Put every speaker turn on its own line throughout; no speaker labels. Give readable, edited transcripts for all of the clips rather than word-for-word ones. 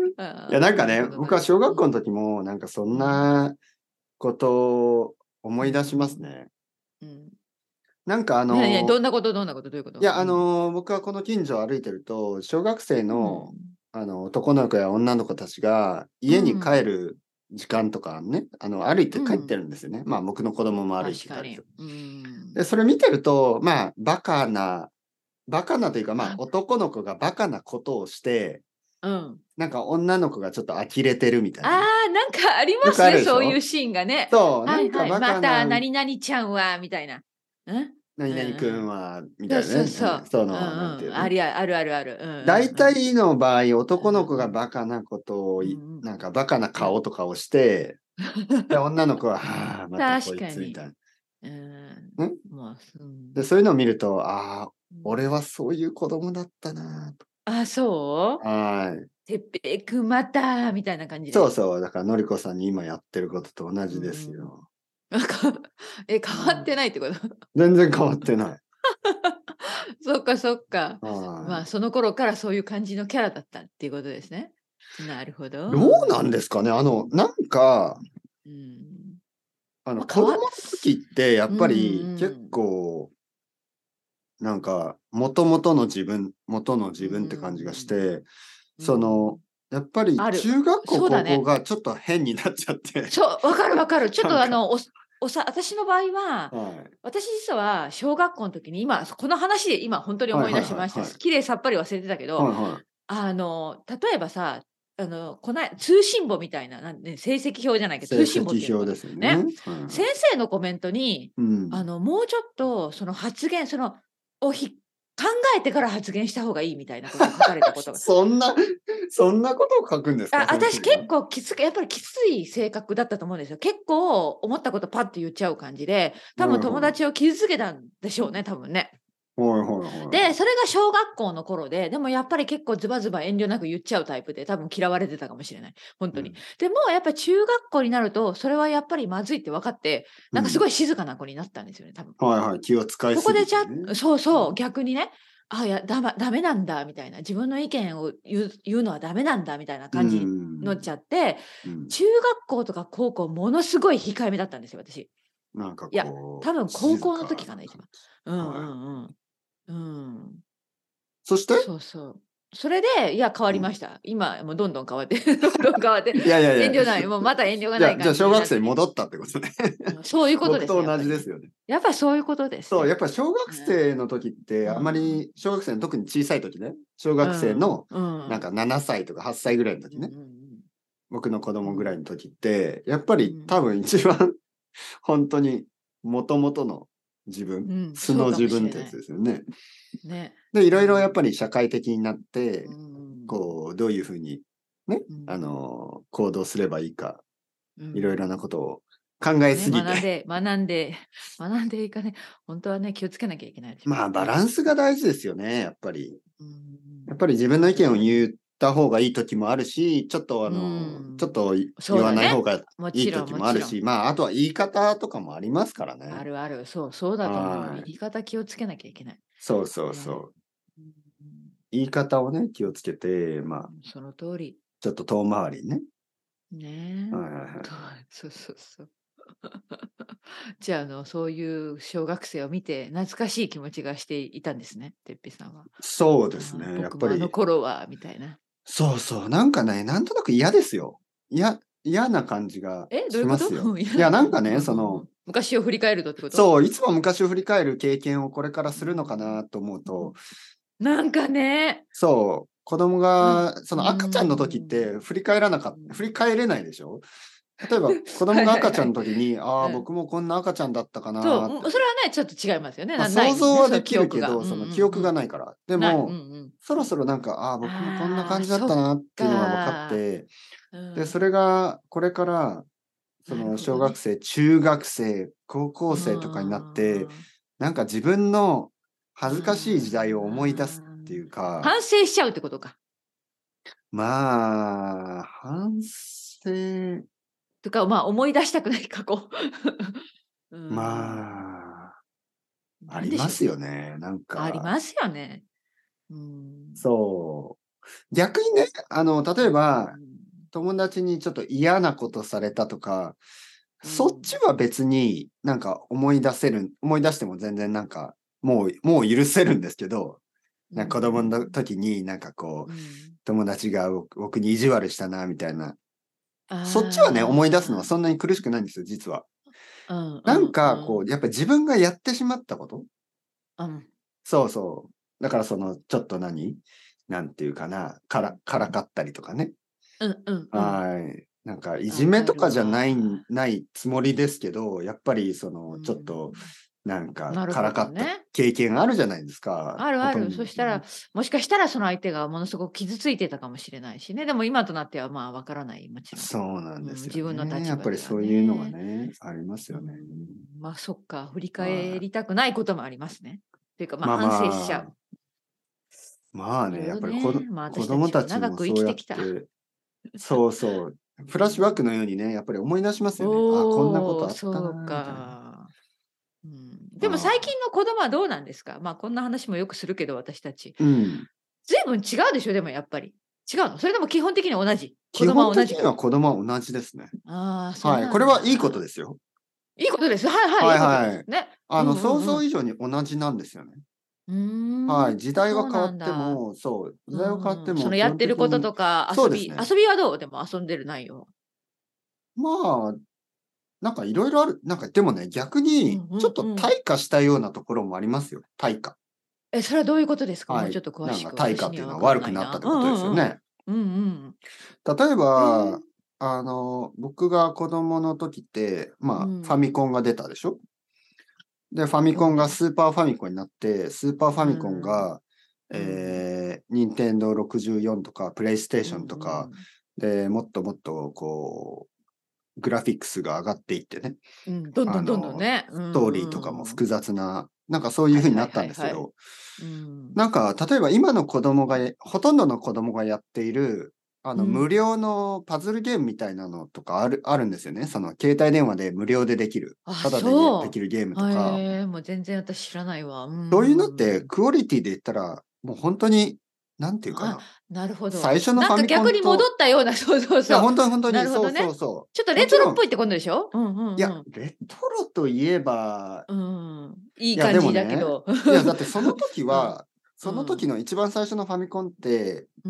いやなんかね、
なるほど
僕は小学校の時もなんかそんなことを思い出しますね。
うん。
なんか
ねえ、どんなことどういうこと？
いや僕はこの近所を歩いてると、小学生
う
の
ん。
男の子や女の子たちが
う
家に帰
ん。
る時間とかね、歩いて帰って
うん。
るんですよね。まあ僕の子供も歩い
確かに。
てたりと。
うん。
で、それ見てると、まあバカなというか、まあ男の子がバカなことをして、
うん。
なんか女の子がちょっと呆れてるみたい
あ
なね。
あ、なんかありま
よくある
すね、
でしょ？
そういうシーンがね。
そう、なんか
はいはい。
バカな、
また何々ちゃんはみたいな。うん？
何
うんう
々くん
ん。
は、み
そう
たいなね。
そうそう。
そ
うん
の、なんてい
うん。
うの？
あるあるある。うん
大
うんうん。
体の場合、男の子が
うんうん。
バカなことを
うんうん。
なんかバカな
うん。
顔とかをして、で、女の子は、はあ、またこい
確かに。
つみたい
うん。
な。ん
まあ、うん。
で、そういうのを見ると、ああ、
うん。
俺はそういう子供だったなと。
あ、そ
はい。
う？てっぺいくんまたみたいな感じで。
そうそう。だから、のりこさんに今やってることと同じで
うんうんうん。
すよ。
なんか、変わって
うん。
ないってこと？
全然変わってない。
そっかそっか。まあ、
はい。
その頃からそういう感じのキャラだったっていうことですね。なるほど。
どうなんですかね。なんか、
うん。
子供の時ってやっ
うん
ぱり結
うん。
構、なんか、元の
うんう
自分って感じがし
ん
て、
うん。うん。
やっぱり
ある。
中学校、高校
そうだね。
がちょっと変になっちゃって、
そう、わかるわかる。ちょっ
なんか、
と私の場合は、
はい。
私実は小学校の時にこの話で今本当に思い出
はいはい
しました。
はいはい。
きれいさっぱり忘れてたけど、
はいはい。
例えばさ、通信簿みたいな、成績表じゃないけど、
成
通信簿っていうのかな。
績表ですよね。
ね。先
はいはい。
生のコメントに、
うん。
もうちょっとその発言、を考えてから発言した方がいいみたいなことを書かれたことが
そんな、そんなことを書くんですか、先
私結
生が。
構やっぱりきつい性格だったと思うんですよ。結構思ったことパッと言っちゃう感じで、多分友
はいはい。
達を傷つけたんでしょうね、多分ね。
はいはいはい
で、
はい。
それが小学校の頃で、でもやっぱり結構ズバズバ遠慮なく言っちゃうタイプで、多分嫌われてたかもしれない。本当に。
うん。
でもやっぱり中学校になると、それはやっぱりまずいって分かって、なんかす
うん。
ごい静かな子になったんですよね、多分。
はいはい。気を使い
そこで
すぎてね。
そうそう、
うん。
逆にね、ダメなんだみたいな、自分の意見を言うのはダメなんだみたいな
う
感じになっ
ん。
ちゃって、
うん。
中学校とか高校ものすごい控えめだったんですよ、私。
なんか
いや、
こう、
多分高
静
校の
かな
時かな、一番。
感じ。
うんう
はい。
んうん。うん。
そして
そうそう。それで、いや、変わ
うん。
りました。今もうどんどん変わって、どんどん変わって、
いやいやいや。
遠慮ない、もうまた遠慮がない
じゃあ
感じ
小学生に
になって。
戻ったってことね。
うん、そういうことですね、
僕と同
やっぱりね。
じですよね。
やっぱりそういうことです
そう、や
ね。
っぱ小学
うん。
生の時って、あんまり、小学生の特に小さい時ね、小学生
うん。
の
うん。
なんか7歳とか8歳ぐらいの
うんう
時ね、
ん
僕の子
うん。
供ぐらい
うん。
の時って、やっぱ
うん。
り多分一番本当に元々の自分、
うん、
素の
そうかも
自分ってや
しれない。
つですよね。
ね。
で、いろいろやっ
うん。
ぱり社会的になっ
う
て、
ん。
こう、どういうふうにね、
うん。
行動すればいいか、
うん。
いろいろなことを考え
ね、
すぎて、
学んでいかね、本当はね、気をつけなきゃいけないですよ
まあ、バ
ね。
ランスが大事ですよね、やっぱり。
うん。
やっぱり自分
まあ、
の意見を
確かに。
言った方がいい時もあるし、
う
ちょっ
ん。
と言わ
そうだね。
ない方がいい
もちろん
時もあるし、
もちろん。
まあ、あとは言い方とかもありますからね。
あるある。そうだと思う。言
はい。
い方気をつけなきゃいけない。
そうそうそ
ね。
う。
うん。
言い方をね、気をつけて、まあ、
その通り。
ちょっと遠回りにね。
ね。
はいはいはい。
とそうそうそう。じゃあ、そういう小学生を見て懐かしい気持ちがしていたんですね、てっぺいさんは。
そうです
ああ、
ね。やっ
僕もあの
ぱり、
頃はみたいな。
そうそう。なんかね、なんとなく嫌ですよ。嫌な感じが
どういうこと？
しますよ。
いや、
いや、なんかね、
うんうんうん。昔を振り返るとってこと？
そう、いつも昔を振り返る経験をこれから
う
するのか
ん。
なと思うと、
なんかね、
そう、子供が、そ
う
の赤ちゃんの時っ
ん。
て振り
うん。
返れないでしょ？例えば子供
はい
が赤ちゃんの
はいはい。
時に、ああ、
うん。
僕もこんな赤ちゃんだったか
そう、
なって。
それはね、ちょっと違いますよね。
まあ、
ないもんね、
想像はで
そういう記憶が。
きるけど、
うんうん
その記憶が
うん。
ないから。で
ない。うん
も、
うん。
そろそろなんか、ああ、僕もこんな
ああ、
感じだっ
そっ
たなっていうのが分かっ
か。
て、で、そ
うん。
れがこれから、そ
なる
の
ほどね。
小学生、中学生、高
う
校生とかになって、
ん。
なんか自分の
あ
恥ずかしい時代を思い出す
あ。
っていうか、
反省しちゃうってことか。
まあ、反省、
とか、思い出したくない過去。うん。
まあ、あ
なん
りますよ
でしょうね。
ね。なんか、
ありますよね。うん。
そう。 逆にね、例え
う
ば、
ん。
友達にちょっと嫌なことされたとか、
う
そっち
ん。
は別になんか思い出しても全然なんか、もう許せるんですけど、
う
なんか子供の
ん。
時になんかこう、
うん。
友達が僕に意地悪したな、みたいな。そっちはね、思い出すのは
あ
そんなに苦しくないんですよ、実は。
あ、うんう
なん
んう
かこう、
ん。
やっぱり自分がやってしまったこと、
うん。
そうそう。だからちょっとなんていうかな、からかったりとかね。
うんうんうん。
はい。なんか、いじ
わかる
めとかじゃ
わ。
ないつもりですけど、やっぱり
う
ちょっと、
ん。
なんか、
なるほ
からかった
どね。
経験あるじゃないですか。ほとん
あるある。
どの人に。
そしたら、もしかしたらその相手がものすごく傷ついてたかもしれないしね。でも今となってはまあわからない、もちろん。
そうなん
うん、
ですよ
自分の
ね。やっぱり
立場では
そういうのが
ね。
ね、ありますよね。
うん、まあそっか、振り返
はい。
りたくないこともありますね。っていうか、まあ
まあ
反省しちゃう。
まあ、まあね、
なるほ
やっぱり
どね。まあ
子
私たちは
供たち
長く生
もそうやっ
きてきた。
て、そうそう、フラッシュバック
うん、
のようにね、やっぱり思い出しますよね。あ、こんなこ
おお、
とあった
そう
な、みたいな。
か。うん、でも最
ああ、
近の子供はどうなんですか？まあこんな話もよくするけど、私たち。
うん。
ずいぶん違うでしょ、でもやっぱり。違うの？それとも基本的に同じ？子
基
供
本的には
は同じく？
子供は同じですね。
ああ、そう
はい、こ
なん
れはいいこと
だ。
ですよ。
いいことです。はいはい、い
はい
いことで
はい。
す。ね。うんう
想
んうん。
像以上に同じなんですよね。
うー
はい、
ん、
時代が
そうなん
変わって
だ。
も、そう、時
う
代が変わって
そ
も基
のやってること
本的に
とか、
そうですね。
遊びはどう？でも遊んでる内容は。
まあ、なんかいろいろある。なんかでもね、逆に
うんう
ちょっと
んうん。
退化したようなところもありますよ。退化。
え、それはどういうことですか？も
はい。
うちょっと詳
なんか
しく、
退化っていうのは
私にはわから
悪くなったっ
ないな。うん
てことです
うんうん。
よね。
うんうん。
例え
え
ば、
え。
僕が子供の時って、まあ、ファ
うん。
ミコンが出たでしょ。で、ファミコンが
そうね。
スーパーファミコンになって、スーパーファ
う
ミコン
ん。
が、
うん。
ニンテンドー64とか、プレイステー
うんう
ションとか、
ん。
で、もっともっと、グラフィックスが上がっていってね、
うん、どんどんどんどんね。う
ストーリーとかも
んうん。
複雑な、なんかそういう
はいはい
風になったん
はいはい。
ですけど、
うん。
なんか、例えば今の子供がほとんどの子供がやっている、無
うん。
料のパズルゲームみたいなのとかあるんですよね。携帯電話で無料でできる、
あ、
ただでき
そ
るゲーム
う。
とか、
へえ、もう全然私知らないわ。う
そういうのって
ん。
クオリティで言ったら、もう本当に、なんていうか
あ、
な、
なるほど。
最初の
なんか
ファミコ
逆に戻っ
ンと、
たような、そうそう
いや、
そう。
本当に、そう
なるほどね。
そうそう。
ちょっとレ
もちろん、
トロっぽいってことでしょ？うんう
いや、
んうん。
レトロといえば、
うん。いい
いや、で
感じ
もね、
だけど。
いや、だって
うん。う
その時
ん。
の一番最初のファミコンって、
うん。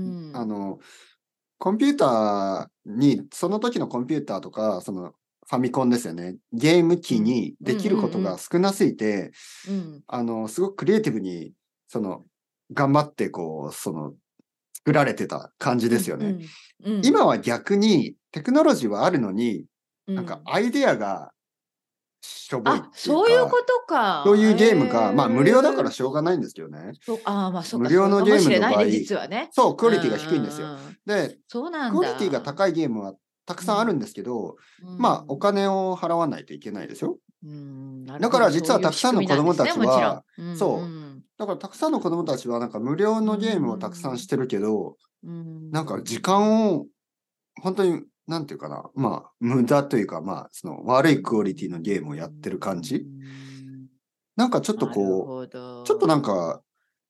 あの、コンピューターに、その時のコンピューターとか、ファミコンですよね。ゲーム機
うん。
にできる
うんうん
ことが
うん。
少なすぎて、
うん。
すごくクリエイティブに、頑張って作られてた感じ
う
ですよね。
んうん。うん。
今は逆にテクノロジーはあるのに、なんか
うん。
アイデアがしょぼいっ
あ、
ていうか、
そういうことか。
そういうゲームが、まあ無料だから
へえ。
しょうがないんですけどね。
ああ、ま、そっか、
無料
そうかも
のゲー
しれないね、
ムの場合、
実はね。
そう、ク
うんう
オリティが低いんですよ。
んうん。
で、
そうなん
クオリティが
だ。
高いゲームはたく
うん。
さんあるんですけど、
う
まあお
ん。
金を払わないといけないですよ。
なる
だか
ほど、そう
ら実はたく
いう仕組み
さんの子供た
なんですね、もちろん。
ちは、
うんう
そう、
ん。
だからたくさんの子供たちはなんか無料
う
のゲームをたくさんし
ん。
てるけど、
う
なんか時
ん。
間を本当に、なんていうかな、まあ無駄というか、まあ悪
う
いクオリティのゲームをやってる感じ。
ん。
なんかちょっと
なるほ
ちょっとなん
ど。
か、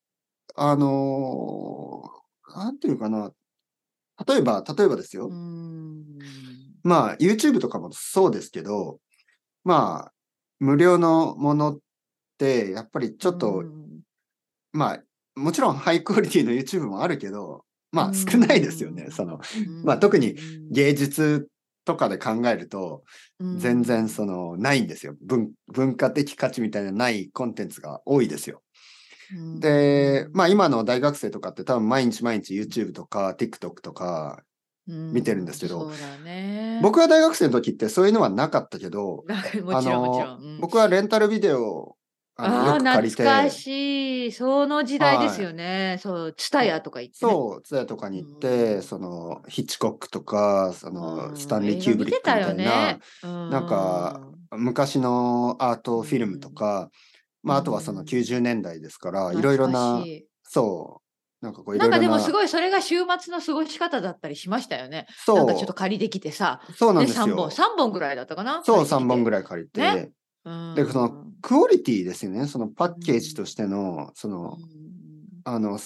なんていうかな、例えばです
う
よ。
ん。
まあ、YouTube とかもそうですけど、まあ、無料のものって、やっぱりち
う
ょっと、
ん。
まあ、もちろんハイクオリティの YouTube もあるけど、
う
まあ少ないですよね。
ん。う
まあ特に
ん。
芸術とかで考えると、
う
全然
ん。
ないんですよ。文化的価値みたいなないコンテンツが多いですよ。
う
で、まあ
ん。
今の大学生とかって多分毎日毎日 YouTube とか TikTok とか
う
見てるんで
ん、
すけど、
そうだね。
僕は大学生の時ってそういうのはなかったけど、
なんかもちろんもちろん。うん。
僕はレンタルビデオをよ
ああ、
く借り
懐か
て、
しい。その時代です
はい。
よね。そう、TSUTAYA とか言ってね。
そう、ツヤとかに
う
行って、
ん。
ヒッチコックとか、スタンリー・
映画
キューブリックみ
見てたよ
たいな、
ね。う
なんか、
ん。
昔のアー
う
トフィルムと
ん。
か、
う
まあ、あとはその
ん。
90年代ですから、いろいろ
懐かし
な、
い。
そう、なんかいろ
なんかでもす
いろな、
ごいそれが週末の過ごし方だったりしましたよね。なんかちょっと
そ
借りてきてさ、
そうなん
ね、
ですよ。
3本ぐらいだったかな、
そう、3本
借りてきて。
ぐらい借り
ね。
て、
う
で、
ん。
クオリティですよね。そのパ
う
ッケージと
ん。
しての、
うん。
あの、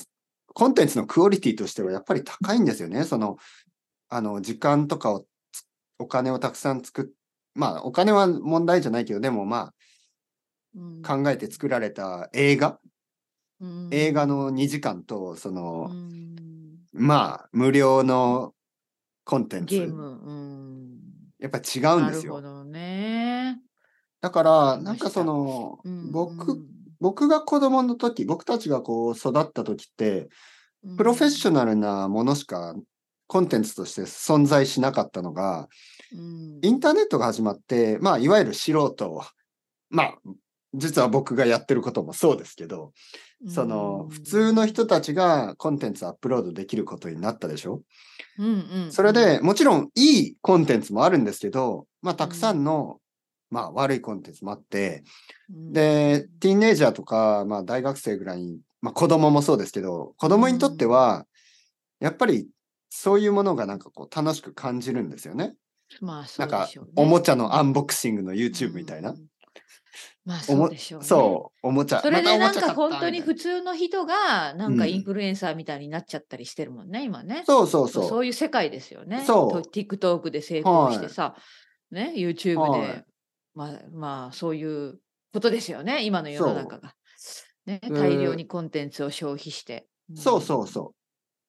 コンテンツのクオリティとしてはやっぱり高いんですよね。時間とかお金をたくさんまあ、お金は問題じゃないけど、でもま
うん
あ、考えて作られた映画の
うん
2時間と、
うん
まあ、無料のコンテンツ、
ゲーム、
やっぱ違うん
な
ですよ。
るほどね。
だから、
わかり
なんか
ました。
僕が子供の時、僕たちがこう育った時って、プロフェッショナルなものしかコンテンツとして存在しなかったのが、インターネットが始まって、まあ、いわゆる素人、まあ、実は僕がやってることもそうですけど、普通の人たちがコンテンツアップロードできることになったでしょ。それでもちろんいいコンテンツもあるんですけど、まあ、たくさんの、まあ、悪いコンテンツもあって、で、ティーンエイジャーとか、まあ、大学生ぐらいに、まあ、子供もそうですけど、子供にとっては、やっぱりそういうものがなんかこう楽しく感じるんですよね。
まあそうで
なんか、
しょうね。
おもちゃのアンボックシングの YouTube みたいな。
まあそうでしょうね。
おもちゃ、
それ
またおもちゃ
でなんか
買ったみたいな。
本当に普通の人が、なんかイン
うん。
フルエンサーみたいになっちゃったりしてるもんね、今ね。
そうそう
そう
そ
いう世界ですよ
う。
ね。
そ
TikTok で成
う。
功して
はい。
さ、ね、YouTube で、
はい。
まあ、そういうことですよね、今の世の
そ
中が。ね、
う。
大量にコンテンツを消費して。
そうそうそう。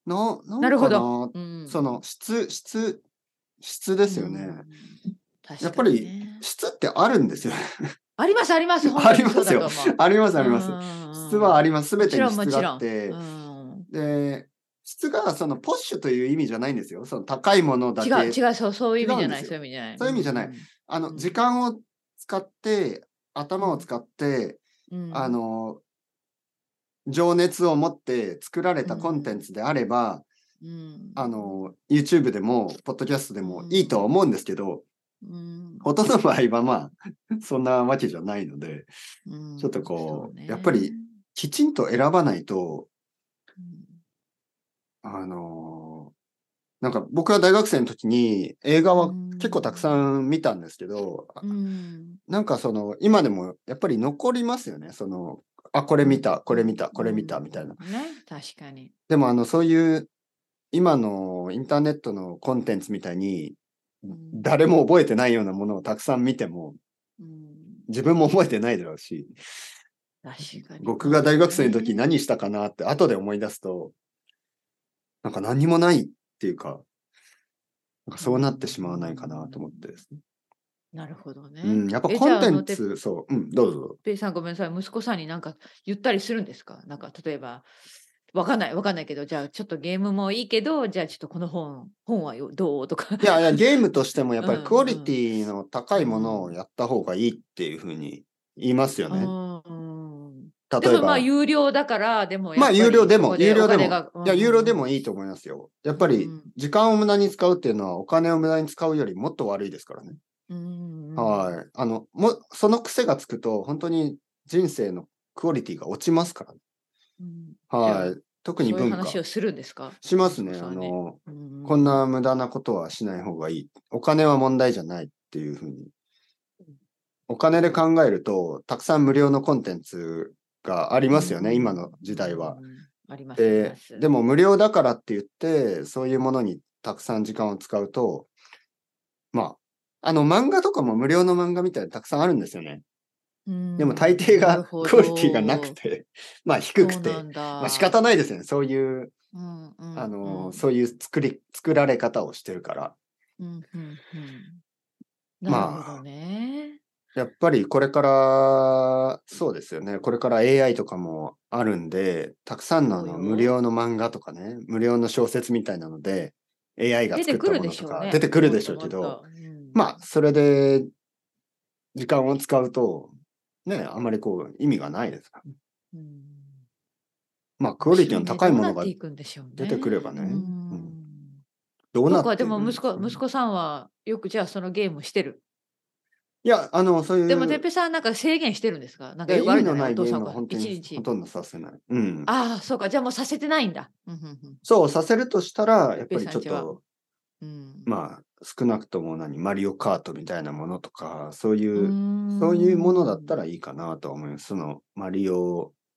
なん
なるほど。
かな、
うん。
その質で
う
すよね。
ん。確か
やっぱり
にね。
質ってあるんですよ。
ありますあります。
あ
本当にそう
りますよ。
だと思う。
ありますあります。質はあ
うん。
ります。すべ
もちろんも
てに質があ
ちろん。
って、で、質がそのポッシュという意味じゃないんですよ。その高いものだけ
違う違う、そういう意味じゃない、
違うんですよ。
そういう意味じゃない。
そういう意味じゃない。時
うん。
間を使って、
うん。
頭を使って、あ
うん。
の、情熱を持って作られ
う
たコンテン
ん。
ツであれば、
うん。
YouTube でも、ポッドキャストで
う
もいいとは
ん。
思うんですけど、
うん。
ほとんどの場合はまあ、そんなわけじゃないので、
う
ちょっと
ん。そう
やっぱ
ね。
りきちんと選ばないと、
うん。
あのなんか僕は大学生の時に映画
う
は結構たくさ
ん。
ん見たんですけど、
うん。
なんか今でもやっぱり残りますよね。これ見た、これ見た、これ見た、みたいな。
ね、確かに。
でもそういう今のインターネットのコンテンツみたいに、
うん。
誰も覚えてないようなものをたくさん見ても、
うん。
自分も覚えてないだろうし、
確かに。
僕が
まあ
大学生の時
ね。
何したかなって後で思い出すと、なんか何にもないっていうか、なんか
う
そうなってしまわないかなと思っ
ん。
てですね。
なるほどね。
うん、やっぱ
じゃあ、
コンテンツ、そう、うん、どうぞ。
ペイさんごめんなさい。息子さんになんか言ったりするんですか？なんか例えば、わかんないけど、じゃあちょっとゲームもいいけど、じゃあちょっとこの本はどうとか。
いやいや、ゲームとしてもやっ
う
ぱりクオリテ
ん
ィの高
う
いものを
ん。
やった方がいいっていうふうに言いますよね。
うん。でも、まあ、
例えば、
有料だから、でもや
まあ、
っぱりそこで
有料でも、
お金が
いや、有料でもいいと思いますよ。やっぱり、
うん
時間を無駄に使うっていうのは、お金を無駄に使うよりもっと悪いですからね。
うん。
はい。その癖がつくと、本当に人生のクオリティが落ちますからね。
うん。じゃあ、
はい。特に
そういう
文化。
話をするんですか？息
しますね。
子さんに。
こんな無駄なことはしない方がいい。お金は問題じゃないっていうふうに。お金で考えると、たくさん無料のコンテンツがあり
う
ますよね、今
ん。
の時代は。
ありますありま
で、
す。
でも無料だからって言って、そういうものにたくさん時間を使うと、ま漫画とかも無料の漫画みたいにたくさんあるんですよね。でも大抵が
なるほ
クオリティがなく
ど。
て、まあ低くて、
そうなん
まあ仕方
だ。
ないですよね。
うん。
そういう作られ方をしてるから。
うん。なるほど
まあ、
ね。
やっぱりこれから、そうですよね。これから AI とかもあるんで、たくさんの
そう
無
よ。
料の漫画とかね、無料の小説みたいなので、AI が作った
出てくるで
ものとか出
しょうね。もっ
てくるでしょうけど、
ともっと。
まあ、それで時間を使うと、ね、あまり意味がないですからね。
うん。
まあ、クオリティの
面白いね。どう
高いものが
なっていくんでしょう
出てくれ
ね。
ばね、うん、どう
そうか、で
なってい
も
くんですかね。
息子さんはよくじゃあそのゲームしてる。
いや、そう
でも、
いう、
てっぺいさんなんか制限してるんですか？なんかよくあるじゃない、お
意味のない
父さんが
ゲームは本当に
1日。
ほとんどさせない。うん。
ああ、そうか、じゃあもうさせてないんだ。
そう、させるとしたら、
てっぺい
やっぱり
さんちは。
ちょっと、
うん。
まあ、少なくともマリオカートみたいなものとか、
うー
そういうものだった
ん。
らいいかなとは思います。マリオ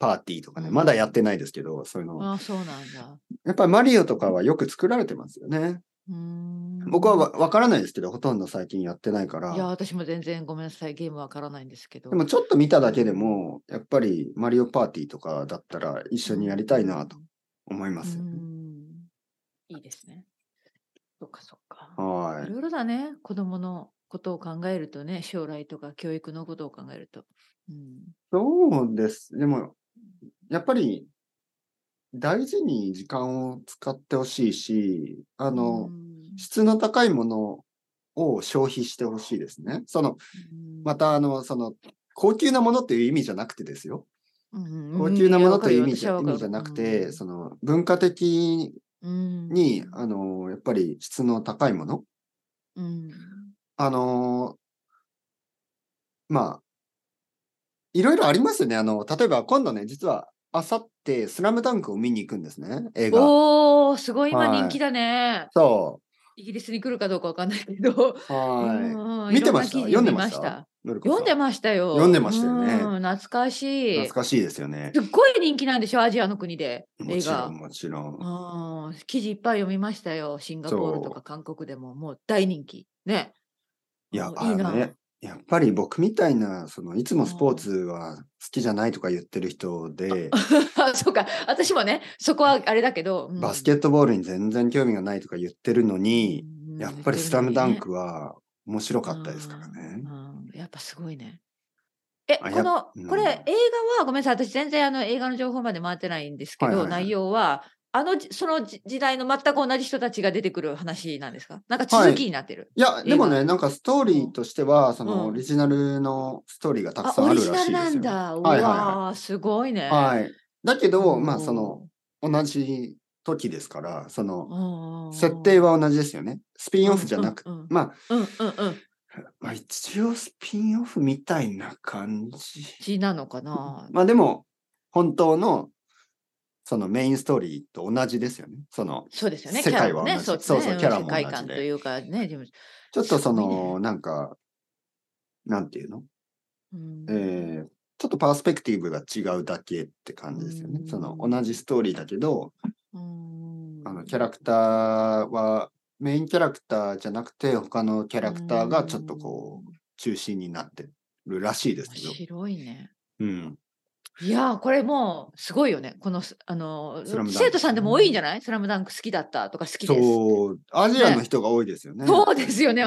パーティーとかね、
うん
まだやってないですけど、そういうの。
あ、そうなんだ。
やっぱりマリオとかはよく作られてますよね。僕はわからないですけど、ほとんど最近やってないか
いや、
ら。
私も全然ごめんなさい、ゲームわからないんですけど。
でもちょっと見ただけでも、やっぱりマリオパーティーとかだったら一緒にやりたいなと思いま
う
すよね。
ん、いいですね。そっかそっか。
はい。
いろいろだね、子供のことを考えるとね、将来とか教育のことを考えると。
そうです。でも、やっぱり大事に時間を使ってほしいし、質の高いものを消費してほしいですね。また、高級なものっていう意味じゃなくてですよ。高級なものという意味じゃなくて、文化的に、やっぱり質の高いもの。あの、まあ、いろいろありますよね。例えば今度ね、実は、あさって、スラムダンクを見に行くんですね、映画。
おお、すごい今人
はい。
気だね。
そ
イギリスに来るかどうかわかんないけど、
う。はい。
い
見てました？
ろんな記事
読んで
見
ました？
ました。
のりこさん。
読んでましたよ。
読んでましたよね。
懐かしい。
懐かしいですよね。
すっごい人気なんでしょ、アジアの国で、
もちろん、
映画。
もちろん。
記事いっぱい読みましたよ。シンガポールとか
そう。
韓国でも、もう大人気。ね。
いや、
いいな。
やっぱり僕みたいな、いつもスポー
あ
ツは好きじゃないとか言ってる人で、
あ、そうか、私もね、そこはあれだけど、
バスケットボールに全然興味がないとか言ってるのに、やっぱり
言ってる
スラムダン
のにね。
クは面白かったですからね。
やっぱすごいね。
あ、
これ、映画はごめんなさい、私全然映画の情報まで回ってないんですけど、内
はいはいはい。
容は、その時代の全く同じ人たちが出てくる話なんですか？なんか続
はい。
きになってる？
いや、で
映画。
もね、なんかストーリーとしては、オリ
うん。
ジナルのストーリーがたく
あ、
さんあるら
オリジナル
しいですよ。
なんだ。う
はいはいはい。
わ、すごいね。
はい。だけ
う
ど、
ん。
同じ時ですから、
うん
設
うんうん。
定は同じですよね。スピンオフ
うん
じゃなく、
うんうん。
ま
うんうんうん。
一応スピンオフみたいな感じ。
なのかな。
でも、本当の、メインストーリーと同じですよね。
そうですよね、
世
キャラもね、
界は同じ。
そうですね、
そうそう、キャラ
世
も同じで。
界観というかね、
ちょっと
すごいね。
なんか、なんていうの
う
え
ん。
ちょっとパースペクティブが違うだけって感
う
じですよね。同じ
ん。
ストーリーだけど、
うー
キャ
ん。
ラクターは、メインキャラクターじゃなくて、他のキャ
うー
ラクターがちょっと
ん。
中心になってるらしいです
面
けど。
白いね。
うん。
いや、これもうすごいよね。
スラムダンクね。
生徒さんでも多いんじゃない？スラムダンク好きだったとか好きです。
そう、アジアの
ね。
人が多いですよね、やっ
そう
ぱり。
ですよね、
うん。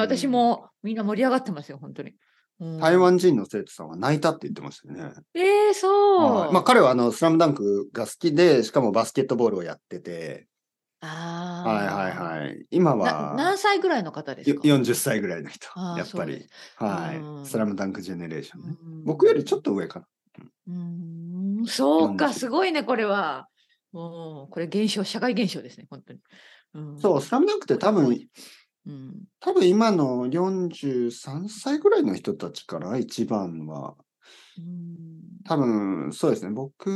私もみんな盛り上がってますよ、ほんとに。うん。
台湾人の生徒さんは泣いたって言ってましたよね。
ええ、
はい。
そう。
彼はスラムダンクが好きで、しかもバスケットボールをやってて、はいはい
ああ。
はい。今は
何歳ぐらいの方ですか
40歳ぐらいの人、
ああ、
やっぱり。
そうです。う
はい。スラ
ん。
ムダンクジェネレーショ
う
ンね。僕よりちょっ
ん。
と上かな。
そうか、す
40。
ごいね、これは。これ社会現象ですね、本当に。
そう、スラムダンクって
これもううん。
多分今の43歳ぐらいの人たちから一番は、
うーん。
多分そうですね。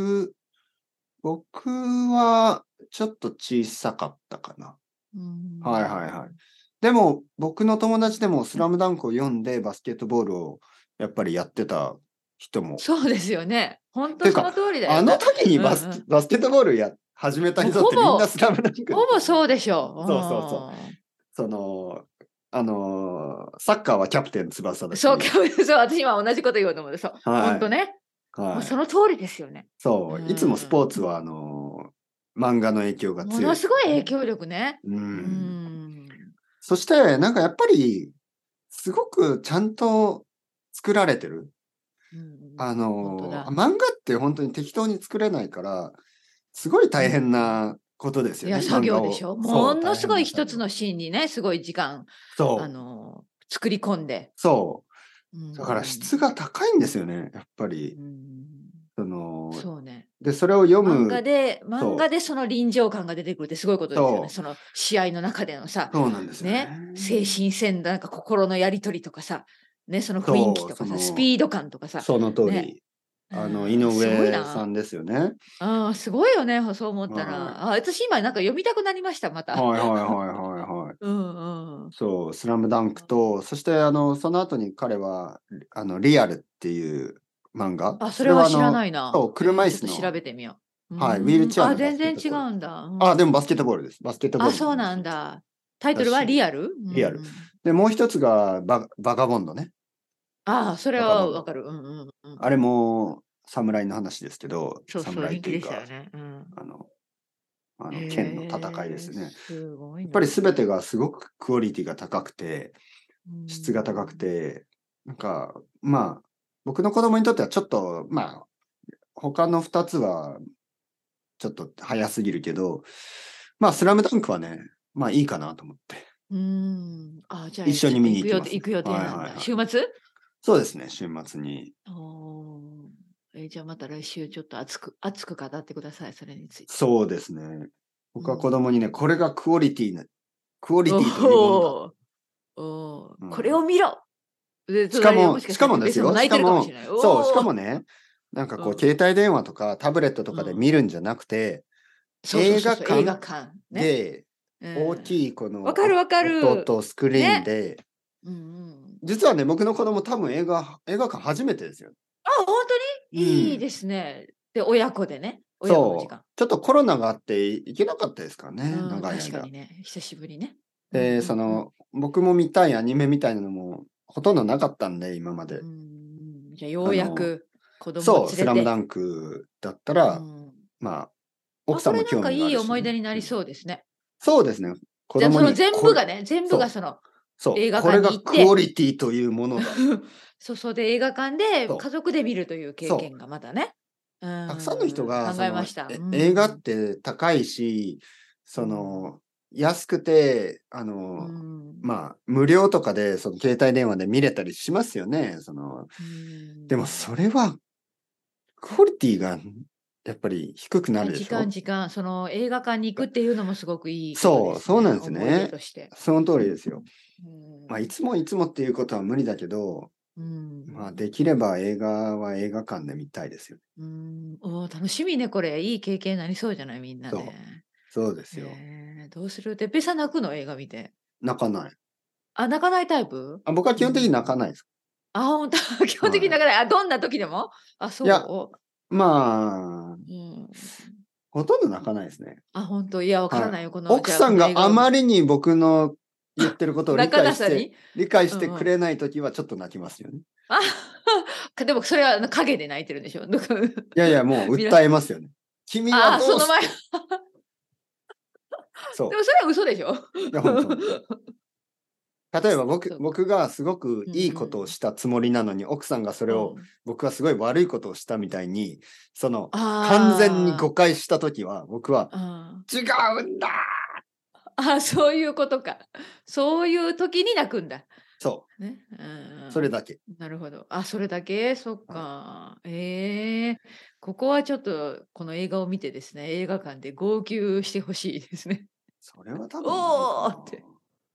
僕はちょっと小さかったかな。
うー
はいはいはい。
ん。
でも、僕の友達でもスラムダンクを読んでバスケットボールをやっぱりやってた人も。
そうですよね。本当
ていうか、
その通りだよ。
あの時に
うんうん。
バスケットボール始めた
もう
人ってみんなスラムダンク
ほぼそうでし
そうそうそう。
ょう。
その、サッカーはキャプテン翼だ
そう、
し、
そう、私今同じこと言おうと思って、そう、本
はい、
当ね。もう
はい。
その通りですよね。う
そう、いつもスポー
ん。
ツは漫画の影響が
ものすごい
強いですよね。
影響力ね。
う
うー
ん。
ん。
そして、なんかやっぱり、すごくちゃんと作られてる。
うんうん。本当だ。
漫画って本当に適当に作れないから、すごい
う
大変
ん。
なことです
いや、
よね、
作
漫画を。
業でしょ。
そう、
もの
大
すごい
変な作業。
一つのシーンにね、すごい時間、
そう、
作り込んで。
そう。
う
だから
ん。
質が高いんですよね、やっぱ
う
り。
ん。
その、
そうね。
で、それを読む、
漫画
そう、
でその臨場感が出てくるってすごいことですよね。
そう、
その試合の中でのさ、
そうなんですよ
ね、精
ね。
神戦なんか心のやり取りとかさ、ね、その雰囲気
そう、
とかさ、スピード感とかさ、
その通
ね。
り。井
すごい
上さん
な。
ですよね。
すごいよね、そう思ったら。
はい。
私今なんか読みたくなりました、また。
はいはいはいはいはい。
うんうん。
そう、スラムダンクと、そしてその後に彼は、リアルっていう漫画。
あ、それは知らない
そ
な。
う、車椅子
ちょっと調
の、
べてみよう。
はい、ウィールチェア
あ、
のバ
全然違
スケットボール。
うんだ。
あ、でもバスケットボールです。バスケットボー
あ、
ルの
そうなん
話
だ。タイトルは
だし、
リアル。
リアル。で、もう一つがバガボンドね。
ああ、それ
バガボンド。
はわかる。
あれも侍の話ですけど、
そうそう、人気
侍というか、
でしたよね。
あの、剣の戦いで
へえ、
すね。や
すごい
っぱり
な。
全てがすごくクオリティが高くて、
う
質が高く
ん。
て、なんか、まあ、僕の子供にとってはちょっと、まあ、他の2つはちょっと早すぎるけど、まあ、スラムダンクはね、まあいいかなと思って、
あ、じゃあ、
一緒に見
ちょっと
に行きますね。
行く予定
はい
なんだ。
はいはい。
週末。
そうですね、週末に。
おじゃあまた来週ちょっと熱く語ってください、それについて。
そうですね。僕は子供にね、
ん。
これがクオリティというものだ。
おこれ
うん、
を見ろ。で、隣でもしか
し
したら
かもですよ。
ベースも泣いてるかもしれない。
しか
おお。
もね、なんかこう、
うん、
携帯電話とかタブレットとかで
うん。
見るんじゃなくて、映
そうそうそうそう、映
画館
画館ね。
で
うん。
大きいこの
わかるわか
音
る。
とスクリーン
ね。
で、
うん。
実はね、僕の子供多分映画館初めてですよ。
あ、本当
う
にいい
ん。
ですね。で、親子でね、親子の時
そう。
間。
ちょっとコロナがあって行けなかったですからね、
うん、
長い間。
確かにね、久しぶりね。
で、僕も見たいアニメみたいなのもほとんどなかったんで、今まで。
じゃあようや
あの、
く子供を
そう、ス
連れて。
ラムダンクだったら、
うん。
まあ、
あ、
奥さんも興
これなんか
味があるしね。
いい思い出にな
うん、
りそうですね。
そうですね。子
じゃあ、
供
その
にこれ、
全部が
そう、
その
そう、
映画館
これが
に行って、
クオリティというものだ。
そうで映画館で
そう、
家族で見るという経
そう。
験がまたね、
たくさんの人が、
考えました。
映画って高いし、そ
うん。
の、安くて、
うん。
まあ、無料とかで、その携帯電話で見れたりしますよね。
う
でも
ん。
それは、クオリティがやっぱり低くなるでしょ。
その映画館に行くっていうのもすごくいいことで
そう、
すね。
そうなんです
思い出
ね。
として。
その通りですよ。
う
まあ、
ん。
いつもいつもっていうことは無理だけど、
う
まあ、
ん。
できれば映画は映画館で見たいですよ。
楽しみね、これ。いい経験になりそうじゃない、みんなで。
そう、そうですよ。
どうする？てっぺいさん泣くの？映画見て。
泣かない。
あ、泣かないタイプ？
僕は基本的に泣かないです。
あ、ほんと。基本的に
はい。
泣かない。あ、どんな時でも？あ、
いや、
そう？
まあ、
うん。
ほとんど泣かないですね。
あ、ほんと。いや、わから
はい。
ないよ。じゃあ、
奥さん
この映画を
があまりに僕の言ってることを
泣かなさに？
理解して
うんうん。
くれないときはちょっと泣きますよね。
あ、でもそれは、陰で泣いてるんでしょ？
いやいや、もう
みな
訴えますよね。君は
その前。
どうしてそう。
でもそれは嘘でしょ？
いや、本当本当。例えば
そうか。
僕がすごく
うん
いいことをしたつもりなのに、奥さんがそれを
うん。
僕はすごい悪いことをしたみたいに、完全に
あ
誤解したときは、僕は
あ、
違うんだ。
そういうことか。そういう時に泣くんだ。
そ
ね。
う、それだけ。
なるほど。あ、それだけ？そっ
はい。
か。ここはちょっとこの映画を見てですね、映画館で号泣してほしいですね。
それは多分ないかな。
おおって。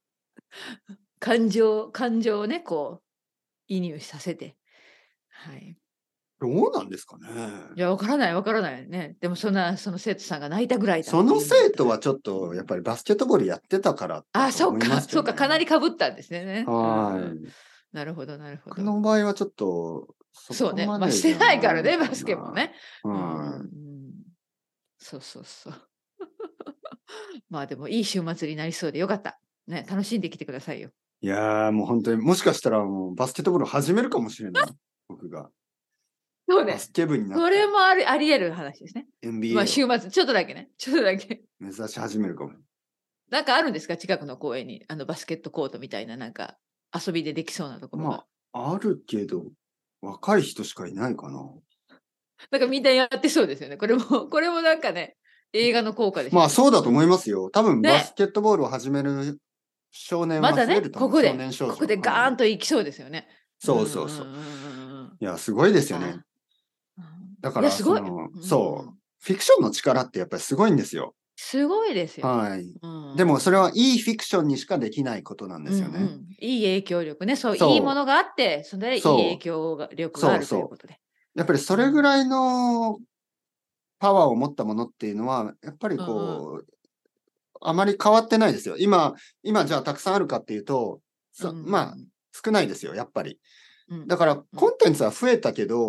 感情をね、こう移入させて。はい。
どうなんですかね。
いや、わからないね。でもその生徒さんが泣いたぐらいだって言うん
その生
だったら。
徒はちょっとやっぱりバスケットボールやってたからだ
あ、
と思いますけどね。
そっか、かなりかぶったんですね。
はい。
なるほどなるほ
僕
ど。
の場合はちょっと、そ
そうね、
こま
ま、
でじゃ
してないからね、バ
ないか
スケも
な。
ね。
はい。
そうそうそう。まあ、でもいい週末になりそうでよかった。ね、楽しんできてくださいよ。
いや、もう本当に、もしかしたらもうバスケットボール始めるかもしれない。僕が。
そうね。
バスケ部になっ
そ
たら、
れもあり得る話ですね。まあ、
NBA を
週末、ちょっとだけね、ちょっとだけ。
目指し始めるかも。
なんかあるんですか？近くの公園に、バスケットコートみたいな、なんか、遊びでできそうなところが。
まあ、あるけど、若い人しかいないかな。
なんかみんなやってそうですよね。これもなんかね、映画の効果でしょ
まあ、
うね。
そうだと思いますよ。多分バス
ね、
ケットボールを始める少年は
またね、
増えると思う。少年少女。
ここでガーン
はい。
と行きそうですよね。
そうそうそう。いや、すごいですよね。
ああ、いや、
だから、
すごい。
そう、フィクションの力ってやっぱりすごいんですよ。
すごいですよ。
はい。でもそれはいいフィクションにしかできないことなんですよね。
いい影響力ね。そう、いいも
そう、
のがあって、それでいい影
そう、
力があるという
そうそ
ことで。
う。やっぱりそ
うん。
れぐらいのパワーを持ったものっていうのは、やっぱり
うんうん。
あまり変わってないですよ。今じゃあたくさんあるかっていうと、
うんう
まあ、
ん
少ないですよ、やっぱり。
うん。
だから
うん。
コンテンツは増えたけど、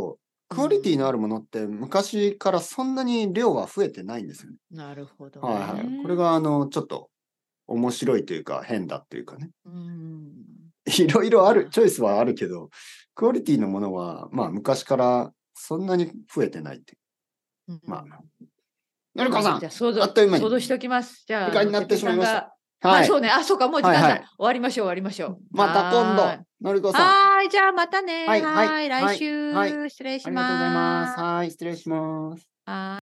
クオリティのあるものって昔からそんなに量は増えてないんですよね。
なるほど
はいはい。これ
ね。
がちょっと面白いというか変だっていうかね。
うん。
いろいろある、
あ
チョイスはあるけど、クオリティのものはまあ昔からそんなに増えてないっていう。
うん
まあ、のりこさん、
じゃあ想
あっという間に
像しておきます。じゃあ、
時間になって
てっぺい
しまいました。
さんが、ま
はい。
あそうね、あ、そうか、もう時間だ。
はいはい。
終わりましょう、終わりましょう。
また今度、
はーい。
のりこさん。
はーい、じゃあまたね。
はいはい
はーい、来
はいはい。
週、失礼し
ありがとうございます。
ます。
はい、失礼します。
はーい。